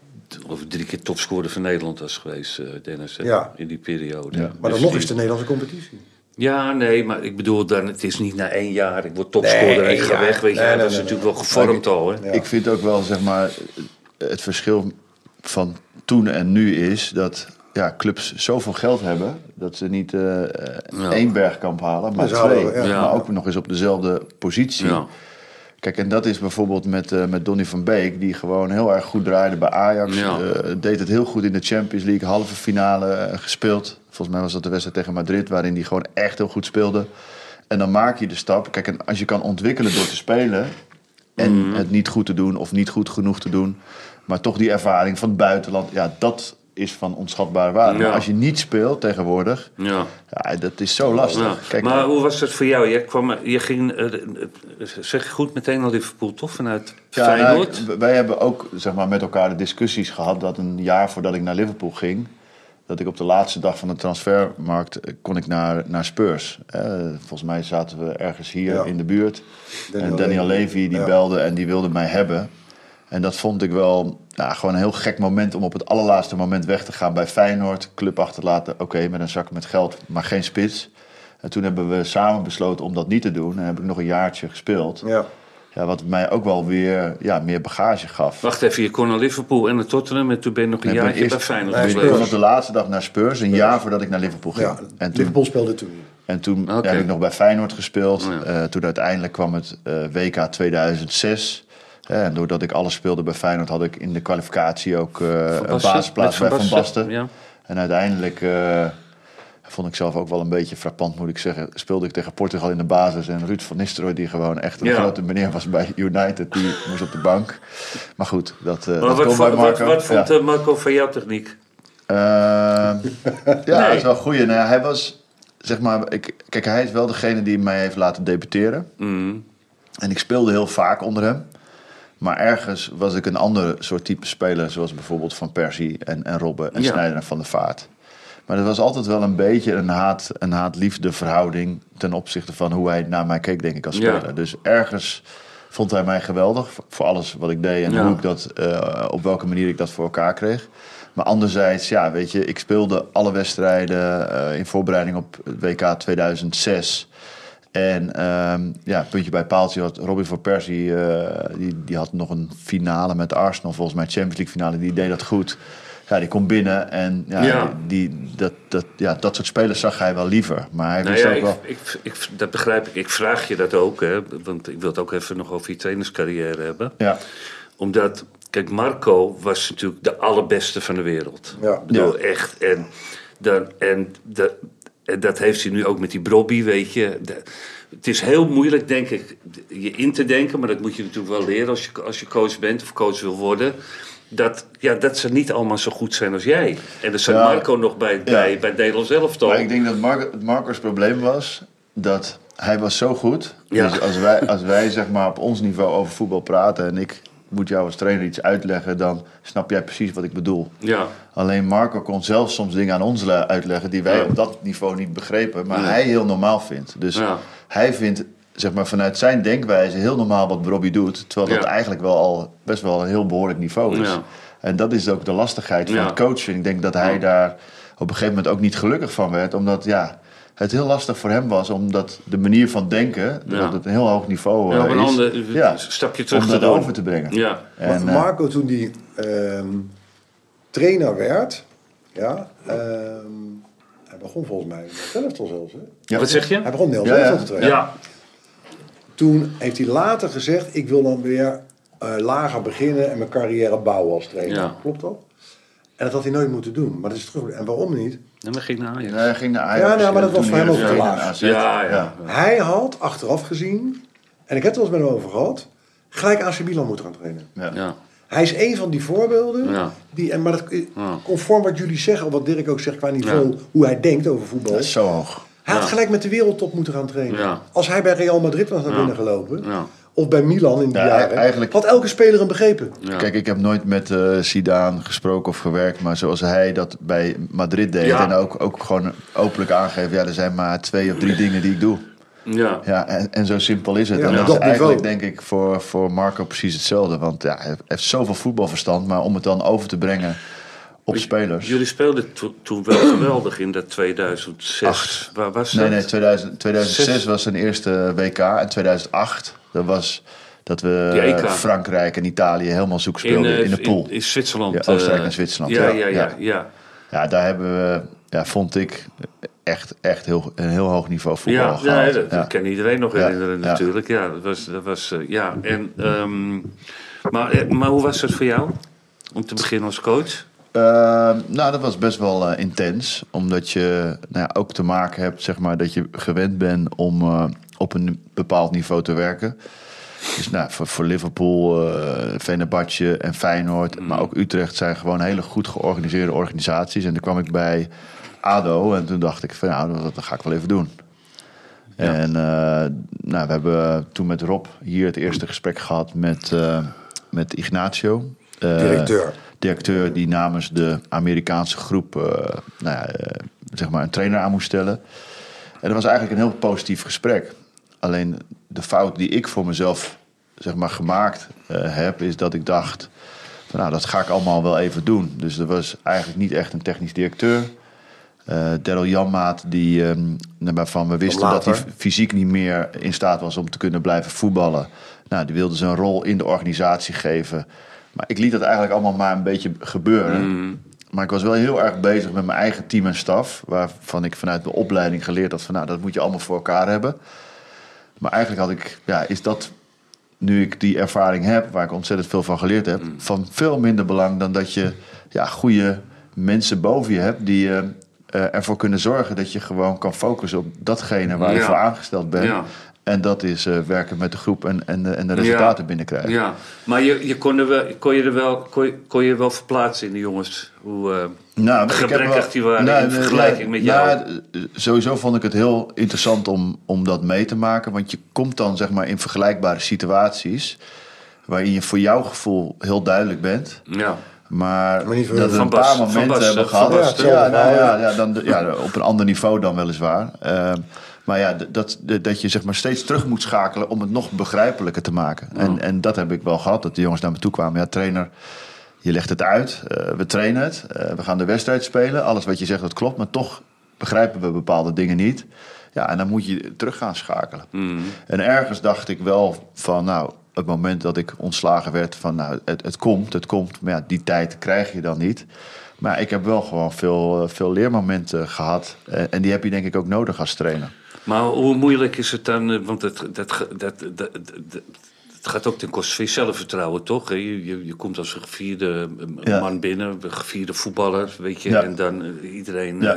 of drie keer topscorer van Nederland was geweest, uh, Dennis, hè, Ja. in die periode. Ja. Maar Dus dan nog die- is het de Nederlandse competitie. Ja, nee, maar ik bedoel, dan, het is niet na één jaar, ik word topscorer Nee, en ik één ga jaar. weg, weet je. Nee, nee, dat is nee, natuurlijk nee. wel gevormd al, hè. Ja. Ik vind ook wel, zeg maar, het verschil van toen en nu is dat ja, clubs zoveel geld hebben dat ze niet eh, één Bergkamp halen, maar Dus twee. halen we, ja. Ja. Maar ook nog eens op dezelfde positie. Ja. Kijk, en dat is bijvoorbeeld met, uh, met Donny van Beek, die gewoon heel erg goed draaide bij Ajax. Ja. Uh, deed het heel goed in de Champions League, halve finale uh, gespeeld. Volgens mij was dat de wedstrijd tegen Madrid, waarin hij gewoon echt heel goed speelde. En dan maak je de stap. Kijk, en als je kan ontwikkelen door te spelen en Mhm. het niet goed te doen of niet goed genoeg te doen, maar toch die ervaring van het buitenland, ja, dat is van onschatbare waarde. Ja. Maar als je niet speelt tegenwoordig, Ja. ja, dat is zo lastig. Ja. Kijk, Maar hoe was dat voor jou? Je, kwam, je ging, eh, eh, zeg je goed, meteen naar Liverpool, toch? Vanuit Ja, nou, Feyenoord? ik- wij hebben ook zeg maar, met elkaar de discussies gehad dat een jaar voordat ik naar Liverpool ging, dat ik op de laatste dag van de transfermarkt eh, kon ik naar, naar Spurs. Eh, volgens mij zaten we ergens hier Ja. in de buurt. Daniel en Daniel Levy, Levy die ja. belde en die wilde mij hebben. En dat vond ik wel nou, gewoon een heel gek moment om op het allerlaatste moment weg te gaan bij Feyenoord. Club achterlaten, oké, met een zak met geld, maar geen spits. En toen hebben we samen besloten om dat niet te doen. En heb ik nog een jaartje gespeeld. Ja. Ja, wat mij ook wel weer ja, meer bagage gaf. Wacht even, je kon naar Liverpool en naar Tottenham en toen ben je nog een Nee, ik ben jaartje bij eerst- Feyenoord Nee, Ik gebleven. kwam op de laatste dag naar Spurs, een jaar voordat ik naar Liverpool ging. Ja, en toen, Liverpool speelde toen. en toen Oké. heb ik nog bij Feyenoord gespeeld. Oh ja. Uh, toen uiteindelijk kwam het uh, W K tweeduizend zes. Uh, en doordat ik alles speelde bij Feyenoord had ik in de kwalificatie ook uh, een Basten? basisplaats Met bij Van Basten. Ja. En uiteindelijk uh, vond ik zelf ook wel een beetje frappant, moet ik zeggen. Speelde ik tegen Portugal in de basis. En Ruud van Nistelrooy, die gewoon echt een Ja. grote meneer was bij United, die moest op de bank. Maar goed, dat, uh, Maar dat wat, komt bij vo- Marco. wat, wat vond Ja. eh, Marco van jouw techniek? Uh, ja, Nee. dat is wel een goeie. Nou ja, hij was, zeg maar, ik, kijk, hij is wel degene die mij heeft laten debuteren. Mm. En ik speelde heel vaak onder hem. Maar ergens was ik een ander soort type speler, zoals bijvoorbeeld Van Persie en, en Robben en Ja. Sneijder en Van der Vaart. Maar er was altijd wel een beetje een haat, een haat-liefde verhouding ten opzichte van hoe hij naar mij keek, denk ik, als speler. Ja. Dus ergens vond hij mij geweldig voor alles wat ik deed en Ja. hoe ik dat, uh, op welke manier ik dat voor elkaar kreeg. Maar anderzijds, ja, weet je, ik speelde alle wedstrijden uh, in voorbereiding op het W K tweeduizend zes. En um, ja, puntje bij paaltje had Robin van Persie, uh, die, die had nog een finale met Arsenal, volgens mij Champions League finale, die deed dat goed. Ja, die komt binnen en ja, Ja. Die, dat, dat, ja, dat soort spelers zag hij wel liever. Maar hij Nou wist ja, ook ik, wel... ik, ik, dat begrijp ik. Ik vraag je dat ook, hè, want ik wil het ook even nog over je trainerscarrière hebben. Ja. Omdat, kijk, Marco was natuurlijk de allerbeste van de wereld. Ja. Ik bedoel, Ja. echt. En, dan, en, dat, en dat heeft hij nu ook met die Brobby, weet je. De, het is heel moeilijk, denk ik, je in te denken, maar dat moet je natuurlijk wel leren als je, als je coach bent of coach wil worden. Dat, ja, dat ze niet allemaal zo goed zijn als jij. En er zat Ja. Marco nog bij, bij, Ja. bij Nederland zelf toch. Maar ik denk dat Mar- Marco's probleem was dat hij was zo goed. Ja. Dus als wij, als wij zeg maar op ons niveau over voetbal praten en ik moet jou als trainer iets uitleggen, dan snap jij precies wat ik bedoel. Ja. Alleen Marco kon zelf soms dingen aan ons la- uitleggen die wij Ja. op dat niveau niet begrepen, maar Ja. hij heel normaal vindt. Dus Ja. hij vindt, zeg maar, vanuit zijn denkwijze heel normaal wat Robbie doet, terwijl dat Ja. eigenlijk wel al best wel een heel behoorlijk niveau is. Ja. En dat is ook de lastigheid van Ja. het coachen. Ik denk dat hij Ja. daar op een gegeven moment ook niet gelukkig van werd, omdat ja, het heel lastig voor hem was, omdat de manier van denken, Ja. dat het een heel hoog niveau Ja, op eh, een is, ander ja, stapje terug om te dat doen. over te brengen. Ja. En, Maar eh, Marco, toen die ehm, trainer werd, ja, ehm, hij begon volgens mij met elftal zelfs. Hè? ja. Wat zeg je? Hij begon Nederlands Ja, ja. elftal te trainen. Ja. Toen heeft hij later gezegd, ik wil dan weer uh, lager beginnen en mijn carrière bouwen als trainer. Ja. Klopt dat? En dat had hij nooit moeten doen. Maar dat is terug. En waarom niet? En dan ging ik naar Ajax. Nee, hij ging naar Ajax. Ja, nou, maar dat en was toen voor hem eerder ook te ging laag. naar A Z. Ja, ja. Hij had, achteraf gezien, en ik heb het wel eens met hem over gehad, gelijk A C Milan moeten gaan trainen. Ja. Ja. Hij is een van die voorbeelden. Ja. Die, en, maar dat, Ja. conform wat jullie zeggen, wat Dirk ook zegt qua niveau, hoe hij denkt over voetbal. Dat is zo hoog. Hij had Ja. gelijk met de wereldtop moeten gaan trainen. Ja. Als hij bij Real Madrid was naar Ja. binnen gelopen, Ja. of bij Milan in die Ja, jaren, eigenlijk- had elke speler hem begrepen. Ja. Kijk, ik heb nooit met uh, Zidane gesproken of gewerkt, maar zoals hij dat bij Madrid deed Ja. en ook, ook gewoon openlijk aangeven, ja, er zijn maar twee of drie dingen die ik doe. Ja. Ja, en, en zo simpel is het. Ja, en op dat dat is eigenlijk, niveau. denk ik, voor, voor Marco precies hetzelfde. Want ja, hij heeft zoveel voetbalverstand, maar om het dan over te brengen op spelers. Jullie speelden to- toen wel geweldig in dat tweeduizend zes. Acht. Waar was dat? Nee, nee, tweeduizend, tweeduizend zes Zes. was zijn eerste W K en tweeduizend acht, dat was dat we Die E K. Frankrijk en Italië helemaal zoek speelden in, eh, de pool. In, in Zwitserland. Ja, Oostenrijk eh, en Zwitserland, Ja, ja. ja, ja. Ja. ja. Ja, daar hebben we, ja, vond ik, echt, echt heel, een heel hoog niveau voetbal Ja, ja, gehaald. dat Ja. kan iedereen nog Ja, herinneren ja. natuurlijk. Ja, dat was, dat was uh, ja. En, um, maar, eh, maar hoe was het voor jou om te beginnen als coach? Uh, nou, dat was best wel uh, intens. Omdat je nou ja, ook te maken hebt, zeg maar, dat je gewend bent om uh, op een bepaald niveau te werken. Dus nou, voor, voor Liverpool, uh, Fenerbahce en Feyenoord, Mm. maar ook Utrecht zijn gewoon hele goed georganiseerde organisaties. En toen kwam ik bij A D O en toen dacht ik van nou, dat, dat ga ik wel even doen. Ja. En uh, nou, we hebben toen met Rob hier het eerste gesprek gehad met, uh, met Ignacio. Uh, Directeur. Directeur die namens de Amerikaanse groep uh, nou ja, uh, zeg maar een trainer aan moest stellen. En dat was eigenlijk een heel positief gesprek. Alleen de fout die ik voor mezelf zeg maar, gemaakt uh, heb, is dat ik dacht, van, nou, dat ga ik allemaal wel even doen. Dus er was eigenlijk niet echt een technisch directeur. Uh, Daryl Janmaat, die, um, waarvan we wisten dat hij fysiek niet meer in staat was om te kunnen blijven voetballen. Nou, die wilde zijn rol in de organisatie geven. Maar ik liet dat eigenlijk allemaal maar een beetje gebeuren. Mm. Maar ik was wel heel erg bezig met mijn eigen team en staf, waarvan ik vanuit de opleiding geleerd had van nou, dat moet je allemaal voor elkaar hebben. Maar eigenlijk had ik, ja, is dat, nu ik die ervaring heb, waar ik ontzettend veel van geleerd heb, mm. van veel minder belang dan dat je ja, goede mensen boven je hebt die uh, uh, ervoor kunnen zorgen dat je gewoon kan focussen op datgene waar je ja. voor aangesteld bent. Ja. En dat is uh, werken met de groep en, en, de, en de resultaten ja. binnenkrijgen. Ja, maar je, je kon, er wel, kon, je er wel, kon, je, kon je wel verplaatsen in de jongens? Hoe uh, nou, gebrekkig die waren nou, in vergelijking nou, met jou? Nou, sowieso vond ik het heel interessant om, om dat mee te maken. Want je komt dan zeg maar in vergelijkbare situaties waarin je voor jouw gevoel heel duidelijk bent. Ja. Maar, Maar niet voor dat we Van een paar Bas- Van momenten Bas, hebben eh, gehad. Van Bas, ja, ja, nou, ja. ja, ja, dan, ja, op een ander niveau dan weliswaar. Uh, maar ja, dat, dat je zeg maar steeds terug moet schakelen om het nog begrijpelijker te maken. Ja. En, en dat heb ik wel gehad, dat de jongens naar me toe kwamen. Ja, trainer, je legt het uit, uh, we trainen het, uh, we gaan de wedstrijd spelen. Alles wat je zegt, dat klopt, maar toch begrijpen we bepaalde dingen niet. Ja, en dan moet je terug gaan schakelen. Mm. En ergens dacht ik wel van, nou, het moment dat ik ontslagen werd van, nou, het, het komt, het komt. Maar ja, die tijd krijg je dan niet. Maar ik heb wel gewoon veel, veel leermomenten gehad. En die heb je denk ik ook nodig als trainer. Maar hoe moeilijk is het dan? Want het, dat, dat, dat, dat, dat, het gaat ook ten koste van je zelfvertrouwen, toch? Je, je, je komt als een gevierde Ja. man binnen, een gevierde voetballer, weet je. Ja. En dan uh, iedereen Ja. uh,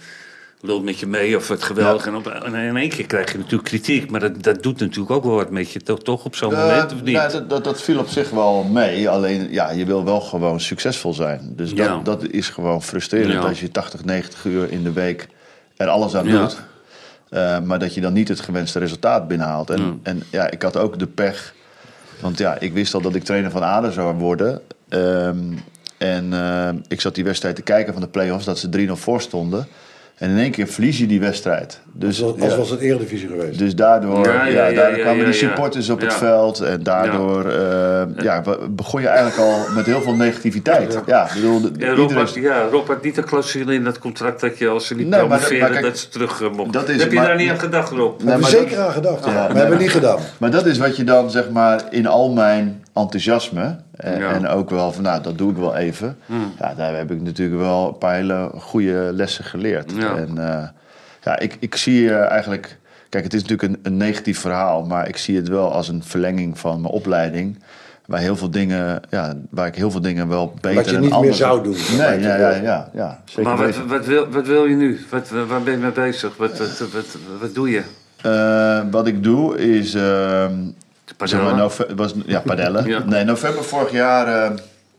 lult met je mee of het geweldig. Ja. En, op, en in één keer krijg je natuurlijk kritiek. Maar dat, dat doet natuurlijk ook wel wat met je, toch, toch op zo'n Uh, moment, of niet? nou, dat, dat, dat viel op zich wel mee. Alleen, ja, je wil wel gewoon succesvol zijn. Dus dat, Ja. dat is gewoon frustrerend Ja. als je tachtig, negentig uur in de week er alles aan Ja. doet. Uh, maar dat je dan niet het gewenste resultaat binnenhaalt. En, Ja. en ja, ik had ook de pech. Want ja, ik wist al dat ik trainer van A D O zou worden. Um, en uh, ik zat die wedstrijd te kijken van de play-offs, dat ze drie nul voor stonden. En in één keer verlies je die wedstrijd. Dus, Als, als ja, was het Eredivisie geweest. dus daardoor, Ja, ja, ja, ja, daardoor ja, kwamen ja, die ja. supporters op het Ja. veld. En daardoor uh, ja. Ja, begon je eigenlijk al met heel veel negativiteit. Ja, ja ik bedoel, de- Ja, Rob, iedereen... had, ja, Rob had niet een clausule in dat contract dat je als ze niet Nee, maar dat- promoveren, maar dat, kijk, ze terug uh, mochten. dat is Heb het, je maar- daar niet aan gedacht, Rob? Daar hebben we maar zeker dat- aan gedacht. Ja. Ja, Maar nee, hebben we maar- niet gedaan. Maar dat is wat je dan, zeg maar, in al mijn enthousiasme... En, Ja. en ook wel van, nou, dat doe ik wel even. Hmm. Ja, daar heb ik natuurlijk wel een paar hele goede lessen geleerd. Ja. En uh, ja, ik, ik zie uh, eigenlijk... Kijk, het is natuurlijk een, een negatief verhaal... maar ik zie het wel als een verlenging van mijn opleiding... Waar, heel veel dingen, ja, waar ik heel veel dingen wel beter Wat je en niet meer anders- zou doen. Nee, ja, ja, ja, ja, zeker Maar wat, weten. wat, wil, wat wil je nu? Wat, waar ben je mee bezig? Wat, wat, wat, wat doe je? Uh, wat ik doe is... Uh, zeg maar, nove- was, ja, padellen. Ja. Nee, november vorig jaar... Uh,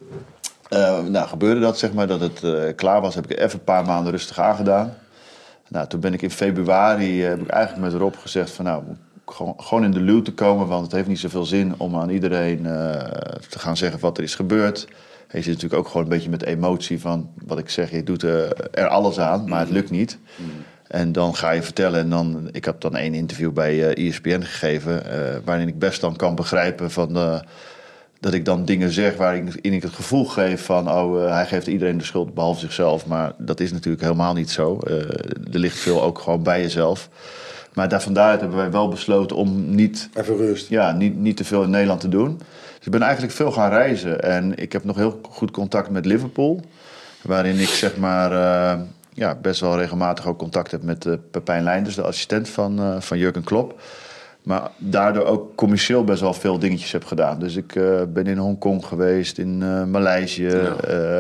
uh, nou, gebeurde dat, zeg maar, dat het uh, klaar was. Heb ik even een paar maanden rustig aangedaan. Nou, toen ben ik in februari... Uh, heb ik eigenlijk met Rob gezegd van... nou, gewoon, gewoon in de luw te komen... want het heeft niet zoveel zin om aan iedereen uh, te gaan zeggen wat er is gebeurd. En je zit natuurlijk ook gewoon een beetje met de emotie van... wat ik zeg, je doet uh, er alles aan, maar het lukt niet. Mm. En dan ga je vertellen... en dan, ik heb dan één interview bij uh, E S P N gegeven... Uh, waarin ik best dan kan begrijpen van... Uh, dat ik dan dingen zeg waarin ik het gevoel geef van... oh, uh, hij geeft iedereen de schuld behalve zichzelf. Maar dat is natuurlijk helemaal niet zo. Uh, er ligt veel ook gewoon bij jezelf. Maar daar vandaaruit hebben wij wel besloten om niet... Even rust. Ja, niet, niet te veel in Nederland te doen. Dus ik ben eigenlijk veel gaan reizen. En ik heb nog heel goed contact met Liverpool. Waarin ik zeg maar... Uh, ja, best wel regelmatig ook contact heb met uh, Pepijn Leinders... de assistent van, uh, van Jurgen Klopp. Maar daardoor ook commercieel best wel veel dingetjes heb gedaan. Dus ik uh, ben in Hongkong geweest, in uh, Maleisië, ja.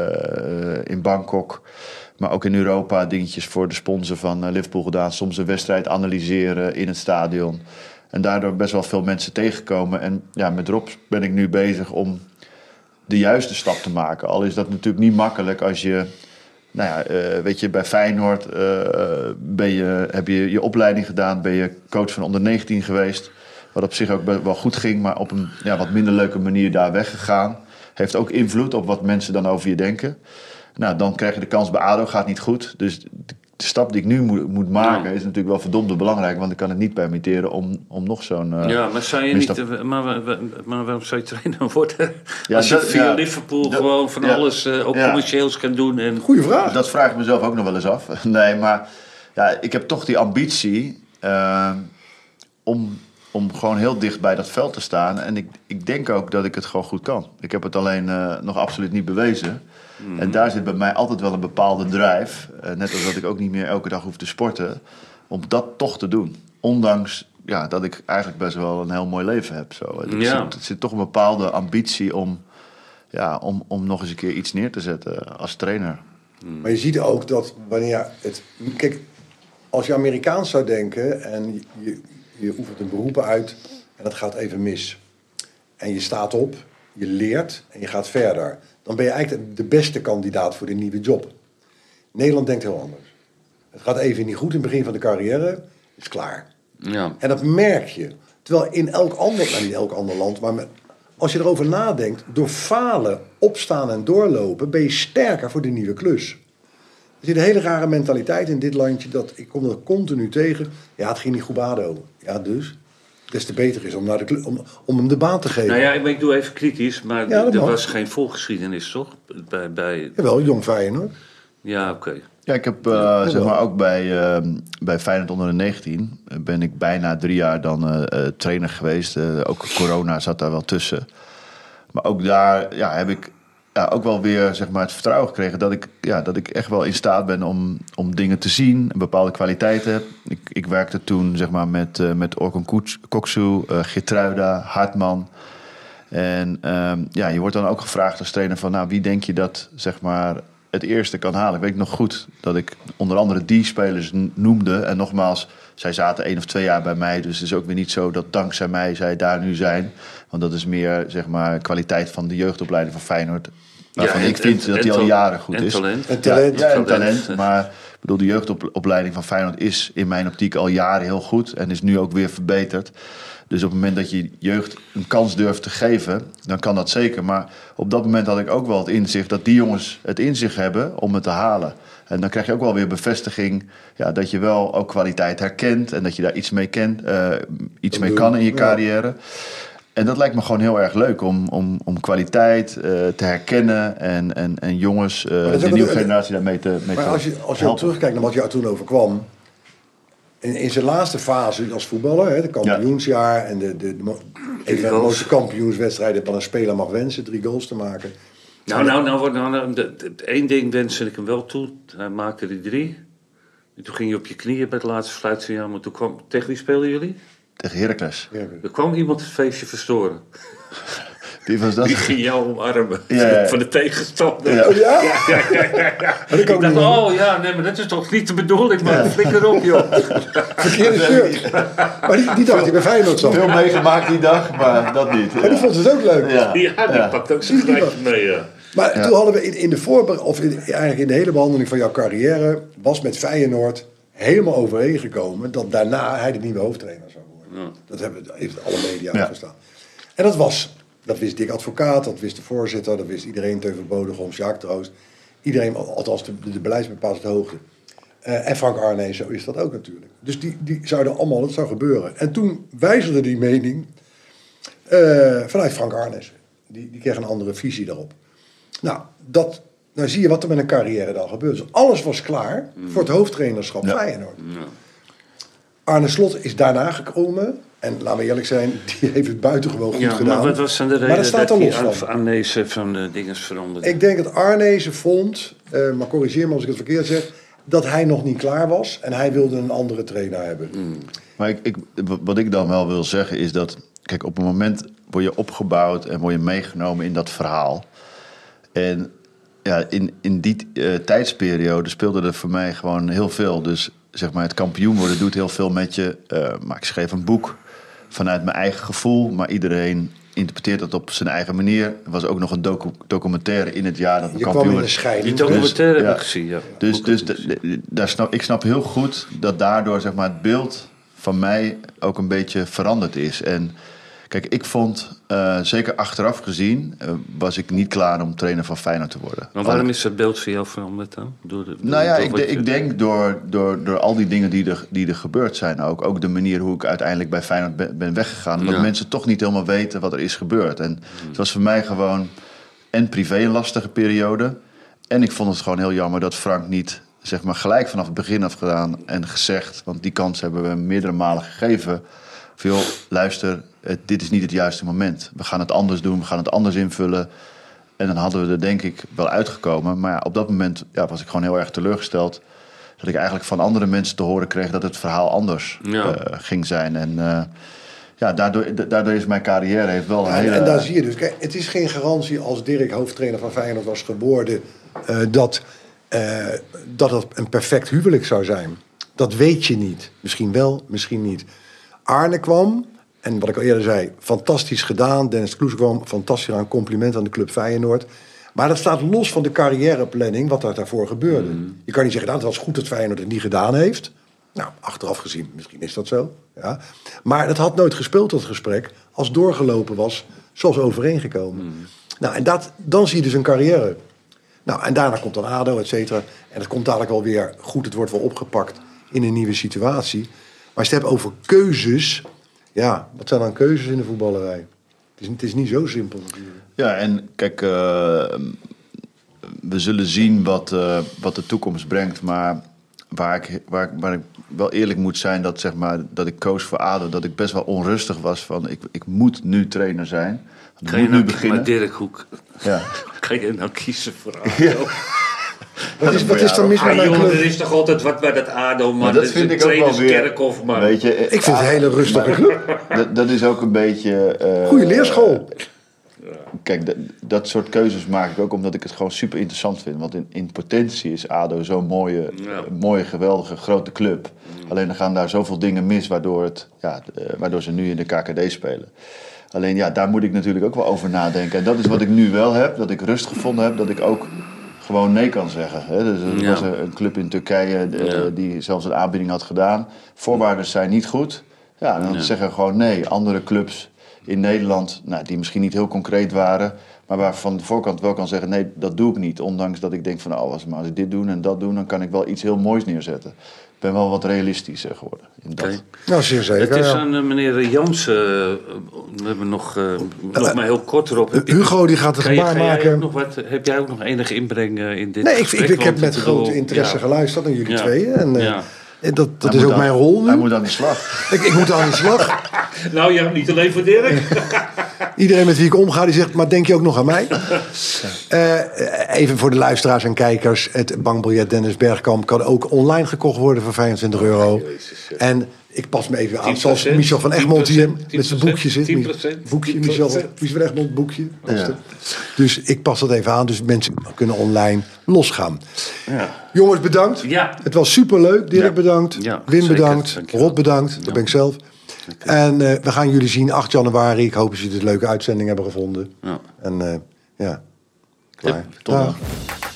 uh, in Bangkok. Maar ook in Europa dingetjes voor de sponsor van uh, Liverpool gedaan. Soms een wedstrijd analyseren in het stadion. En daardoor best wel veel mensen tegenkomen. En ja, met Rob ben ik nu bezig om de juiste stap te maken. Al is dat natuurlijk niet makkelijk als je... Nou ja, uh, weet je, bij Feyenoord uh, ben je, heb je je opleiding gedaan. Ben je coach van onder negentien geweest. Wat op zich ook wel goed ging, maar op een ja, wat minder leuke manier daar weggegaan. Heeft ook invloed op wat mensen dan over je denken. Nou, dan krijg je de kans bij A D O, gaat niet goed. Dus de stap die ik nu moet, moet maken ja. is natuurlijk wel verdomd belangrijk. Want ik kan het niet permitteren om, om nog zo'n... Uh, ja, maar zou je misstap... niet... Maar, maar waarom zou je trainer worden? Ja, Als je dat, via ja, Liverpool dat, gewoon van ja, alles uh, ook ja. commercieels kan doen. En... Goeie vraag. Dat vraag ik mezelf ook nog wel eens af. Nee, maar ja, ik heb toch die ambitie uh, om, om gewoon heel dicht bij dat veld te staan. En ik, ik denk ook dat ik het gewoon goed kan. Ik heb het alleen uh, nog absoluut niet bewezen. Mm. En daar zit bij mij altijd wel een bepaalde drive. Uh, net als dat ik ook niet meer elke dag hoef te sporten. Om dat toch te doen. Ondanks ja, dat ik eigenlijk best wel een heel mooi leven heb. Zo. Er, ja. zit, er zit toch een bepaalde ambitie om, ja, om, om nog eens een keer iets neer te zetten als trainer. Mm. Maar je ziet ook dat wanneer het... Kijk, als je Amerikaans zou denken en je, je, je oefent een beroep uit en dat gaat even mis. En je staat op, je leert en je gaat verder. Dan ben je eigenlijk de beste kandidaat voor de nieuwe job. Nederland denkt heel anders. Het gaat even niet goed in het begin van de carrière, is klaar. Ja. En dat merk je. Terwijl in elk ander, nou niet elk ander land, maar met, als je erover nadenkt, door falen, opstaan en doorlopen, ben je sterker voor de nieuwe klus. Er zit een hele rare mentaliteit in dit landje, dat ik kom er continu tegen. Ja, het ging niet goed bij A D O. Ja, dus. Des te beter is om, naar de clu- om, om hem de baan te geven. Nou ja, ik, ik doe even kritisch, maar Ja, dat er mag. was geen voorgeschiedenis, toch? Bij, bij... Jawel, jong Feyenoord. Ja, oké. Okay. Ja, ik heb uh, zeg maar ook bij, uh, bij Feyenoord onder de negentien... ben ik bijna drie jaar dan uh, uh, trainer geweest. Uh, ook corona zat daar wel tussen. Maar ook daar ja, heb ik ja, ook wel weer zeg maar, het vertrouwen gekregen... dat ik, ja, dat ik echt wel in staat ben om, om dingen te zien... en bepaalde kwaliteiten heb. Ik, ik werkte toen zeg maar, met, uh, met Orkun Koksu, uh, Geertruida, Hartman... En um, ja, je wordt dan ook gevraagd als trainer van... nou, wie denk je dat zeg maar, het eerste kan halen? Ik weet nog goed dat ik onder andere die spelers noemde. En nogmaals, zij zaten één of twee jaar bij mij. Dus het is ook weer niet zo dat dankzij mij zij daar nu zijn. Want dat is meer zeg maar, kwaliteit van de jeugdopleiding van Feyenoord. Waarvan Ja, en, ik vind en, dat die en al jaren goed en is. Talent. En talent. Ja, ja, en Talent. talent. Maar ik bedoel, de jeugdopleiding van Feyenoord is in mijn optiek al jaren heel goed. En is nu ook weer verbeterd. Dus op het moment dat je jeugd een kans durft te geven, dan kan dat zeker. Maar op dat moment had ik ook wel het inzicht dat die jongens het in zich hebben om het te halen. En dan krijg je ook wel weer bevestiging ja, dat je wel ook kwaliteit herkent en dat je daar iets mee, kent, uh, iets mee kan in je carrière. En dat lijkt me gewoon heel erg leuk om, om, om kwaliteit uh, te herkennen en, en, en jongens, uh, de nieuwe een, generatie daarmee te, mee maar te als je, als je ook terugkijkt naar wat jou toen overkwam... In, in zijn laatste fase als voetballer, hè, de kampioensjaar... en de, de, de, mo- een van de mooiste kampioenswedstrijden... van een speler mag wensen, drie goals te maken. Nou, nou, nou, nou, nou de, de, de, één ding wenste ik hem wel toe. Hij maakte die drie. En toen ging je op je knieën bij het laatste fluitsignaal. Maar toen kwam... Tegen wie speelden jullie? Tegen Heracles. Ja, Er kwam iemand het feestje verstoren. Wie was dat? Die ging jou omarmen. Ja, ja. Van de tegenstander. Ja. Oh ja? Ja, ja, ja, ja, ja. Dat Ik kan dacht, niet. oh ja, nee, maar dat is toch niet de bedoeling, man. Ja. Flikker op, joh. Verkeerde shirt. Maar die, die dacht hij bij Feyenoord zat. Veel meegemaakt die dag, maar dat niet. Maar die vond het ook leuk. Ja. Ja, die Ja. pakt ook zijn gelijk mee, ja. Maar Ja. toen hadden we in, in de voorbereiding, of in, eigenlijk in de hele behandeling van jouw carrière, was met Feyenoord helemaal overeengekomen dat daarna hij de nieuwe hoofdtrainer zou worden. Ja. Dat hebben heeft alle media Ja. gestaan. En dat was, dat wist Dick Advocaat, dat wist de voorzitter, dat wist iedereen, Teun Bodegom, Sjaak Troost. Iedereen, althans de, de beleidsbepaler op de hoogte. Uh, en Frank Arnees, zo is dat ook natuurlijk. Dus die, die zouden allemaal, dat zou gebeuren. En toen wijzigde die mening uh, vanuit Frank Arnees. Die, die kreeg een andere visie daarop. Nou, dat, nou zie je wat er met een carrière dan gebeurt. Dus alles was klaar voor het hoofdtrainerschap Ja. Feyenoord. Ja. Arne Slot is daarna gekomen. En laten we eerlijk zijn, die heeft het buitengewoon goed Ja, gedaan. maar wat was dan de Maar reden dat staat dat er die los van. Arnezen van de dingen veranderde? Ik denk dat Arnezen vond, uh, maar corrigeer me als ik het verkeerd zeg, dat hij nog niet klaar was en hij wilde een andere trainer hebben. Mm. Maar ik, ik, wat ik dan wel wil zeggen is dat... Kijk, op een moment word je opgebouwd en word je meegenomen in dat verhaal. En ja, in, in die uh, tijdsperiode speelde er voor mij gewoon heel veel. Dus zeg maar, het kampioen worden doet heel veel met je. Uh, maar ik schreef een boek vanuit mijn eigen gevoel. Maar iedereen interpreteert dat op zijn eigen manier. Er was ook nog een docu- documentaire in het jaar dat we Je kampioen kwam in werden. een scheiding. Die documentaire Dus, heb ja. ik gezien, ja. Dus, Ook dus heb ik de- de- daar snap, ik snap heel goed dat daardoor zeg maar, het beeld van mij ook een beetje veranderd is. En kijk, ik vond, uh, zeker achteraf gezien, uh, was ik niet klaar om trainer van Feyenoord te worden. Maar waarom is dat beeld voor jou veranderd dan? Door de, door, Nou ja, door ik, wat de- je- ik denk door, door, door al die dingen die er, die er gebeurd zijn ook. Ook de manier hoe ik uiteindelijk bij Feyenoord ben, ben weggegaan. Omdat Ja. mensen toch niet helemaal weten wat er is gebeurd. En het was voor mij gewoon en privé een lastige periode. En ik vond het gewoon heel jammer dat Frank niet zeg maar, gelijk vanaf het begin af gedaan en gezegd. Want die kans hebben we meerdere malen gegeven. Van, joh, luister, het, dit is niet het juiste moment. We gaan het anders doen, we gaan het anders invullen. En dan hadden we er denk ik wel uitgekomen. Maar ja, op dat moment ja, was ik gewoon heel erg teleurgesteld. Dat ik eigenlijk van andere mensen te horen kreeg dat het verhaal anders Ja. uh, ging zijn. En uh, ja, daardoor, da- daardoor is mijn carrière heeft wel een Ja, hele... En daar zie je dus, kijk, het is geen garantie als Dirk hoofdtrainer van Feyenoord was geworden, uh, dat, uh, dat het een perfect huwelijk zou zijn. Dat weet je niet. Misschien wel, misschien niet. Arne kwam, en wat ik al eerder zei, fantastisch gedaan. Dennis Kloes kwam, fantastisch aan, compliment aan de club Feyenoord. Maar dat staat los van de carrièreplanning, wat er daarvoor gebeurde. Mm. Je kan niet zeggen, nou, het was goed dat Feyenoord het niet gedaan heeft. Nou, achteraf gezien, misschien is dat zo. Ja. Maar dat had nooit gespeeld, dat gesprek, als doorgelopen was zoals overeengekomen. Mm. Nou, en dat, dan zie je dus een carrière. Nou, en daarna komt dan ADO, et cetera. En dat komt dadelijk wel weer goed. Het wordt wel opgepakt in een nieuwe situatie. Maar als je het hebt over keuzes... Ja, wat zijn dan keuzes in de voetballerij? Het is, het is niet zo simpel natuurlijk. Ja, en kijk... Uh, we zullen zien wat, uh, wat de toekomst brengt. Maar waar ik, waar, ik, waar ik wel eerlijk moet zijn... Dat, zeg maar, dat ik koos voor ADO, dat ik best wel onrustig was. Van ik, ik moet nu trainer zijn. Ik Kan je moet nou nu beginnen. Maar Dirk, hoe ja. kan je nou kiezen voor ADO? Ja. Wat is, wat is dan mis met Ah, mijn jongen, club? er is toch altijd wat bij dat ADO, man. Maar dat vind ik ook wel weer... Kerkhof, man. Weet je, Ik vind het een hele rustige club. dat, dat is ook een beetje... Uh, Goeie leerschool. Uh, kijk, dat, dat soort keuzes maak ik ook omdat ik het gewoon super interessant vind. Want in, in potentie is ADO zo'n mooie, Ja. mooie, geweldige, grote club. Alleen dan gaan daar zoveel dingen mis waardoor, het, ja, uh, waardoor ze nu in de K K D spelen. Alleen ja, daar moet ik natuurlijk ook wel over nadenken. En dat is wat ik nu wel heb, dat ik rust gevonden heb, dat ik ook gewoon nee kan zeggen. Hè. Dus er Ja. was een club in Turkije uh, Ja. die zelfs een aanbieding had gedaan. Voorwaarden zijn niet goed. Ja, dan Ja. zeggen we gewoon nee. Andere clubs in Nederland, nou, die misschien niet heel concreet waren, maar waar van de voorkant wel kan zeggen, nee, dat doe ik niet. Ondanks dat ik denk van, nou, als, maar als ik dit doe en dat doe, dan kan ik wel iets heel moois neerzetten. Ik ben wel wat realistischer geworden in dat. Oké. Nou, zeer zeker. Het is ja. aan uh, meneer Jansen. Uh, we hebben nog, uh, nog maar heel kort erop. Heb je- Hugo die gaat een Ga je- gebaar ga jij maken. ook nog wat, heb jij ook nog enige inbreng uh, in dit Nee, ik, gesprek? ik, ik heb Want met ik grote bedoel, interesse ja. geluisterd naar jullie Ja. tweeën. En, uh, Ja. en dat, dat Hij is moet ook aan- mijn rol Hij nu. moet aan de slag. Ik, ik moet aan de slag. Nou ja, niet alleen voor Dirk. Iedereen met wie ik omga, die zegt, maar denk je ook nog aan mij? Uh, even voor de luisteraars en kijkers. Het bankbiljet Dennis Bergkamp kan ook online gekocht worden voor vijfentwintig euro. En ik pas me even aan, tien zoals procent, Michel van Egmond hier tien procent, met zijn boekje zit. tien procent, Boekje, tien Michel, procent. Michel van Egmond, boekje. Ja. Dus ik pas dat even aan, dus mensen kunnen online losgaan. Ja. Jongens, bedankt. Ja. Het was superleuk. Dirk Ja. bedankt. Ja, Wim zeker. bedankt. Dankjewel. Rob bedankt. Dat Ja. ben ik zelf. En uh, we gaan jullie zien acht januari. Ik hoop dat jullie een leuke uitzending hebben gevonden. Ja. En uh, ja, klaar. Tot Dag. dan.